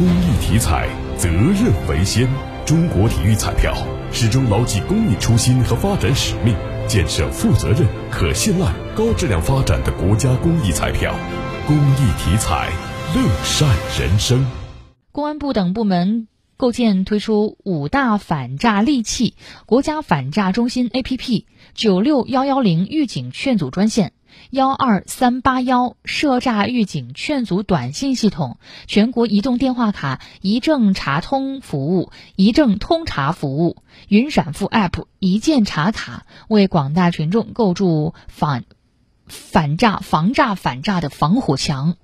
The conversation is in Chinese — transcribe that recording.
公益体彩，责任为先。中国体育彩票始终牢记公益初心和发展使命，建设负责任、可信赖、高质量发展的国家公益彩票。公益体彩，乐善人生。 公安部等部门构建推出5大反诈利器、国家反诈中心 APP、96110预警劝阻专线、12381涉诈预警劝阻短信系统、全国移动电话卡一证查通服务、一证通查服务、云闪付 App 一键查卡，为广大群众构筑防诈反诈的防火墙。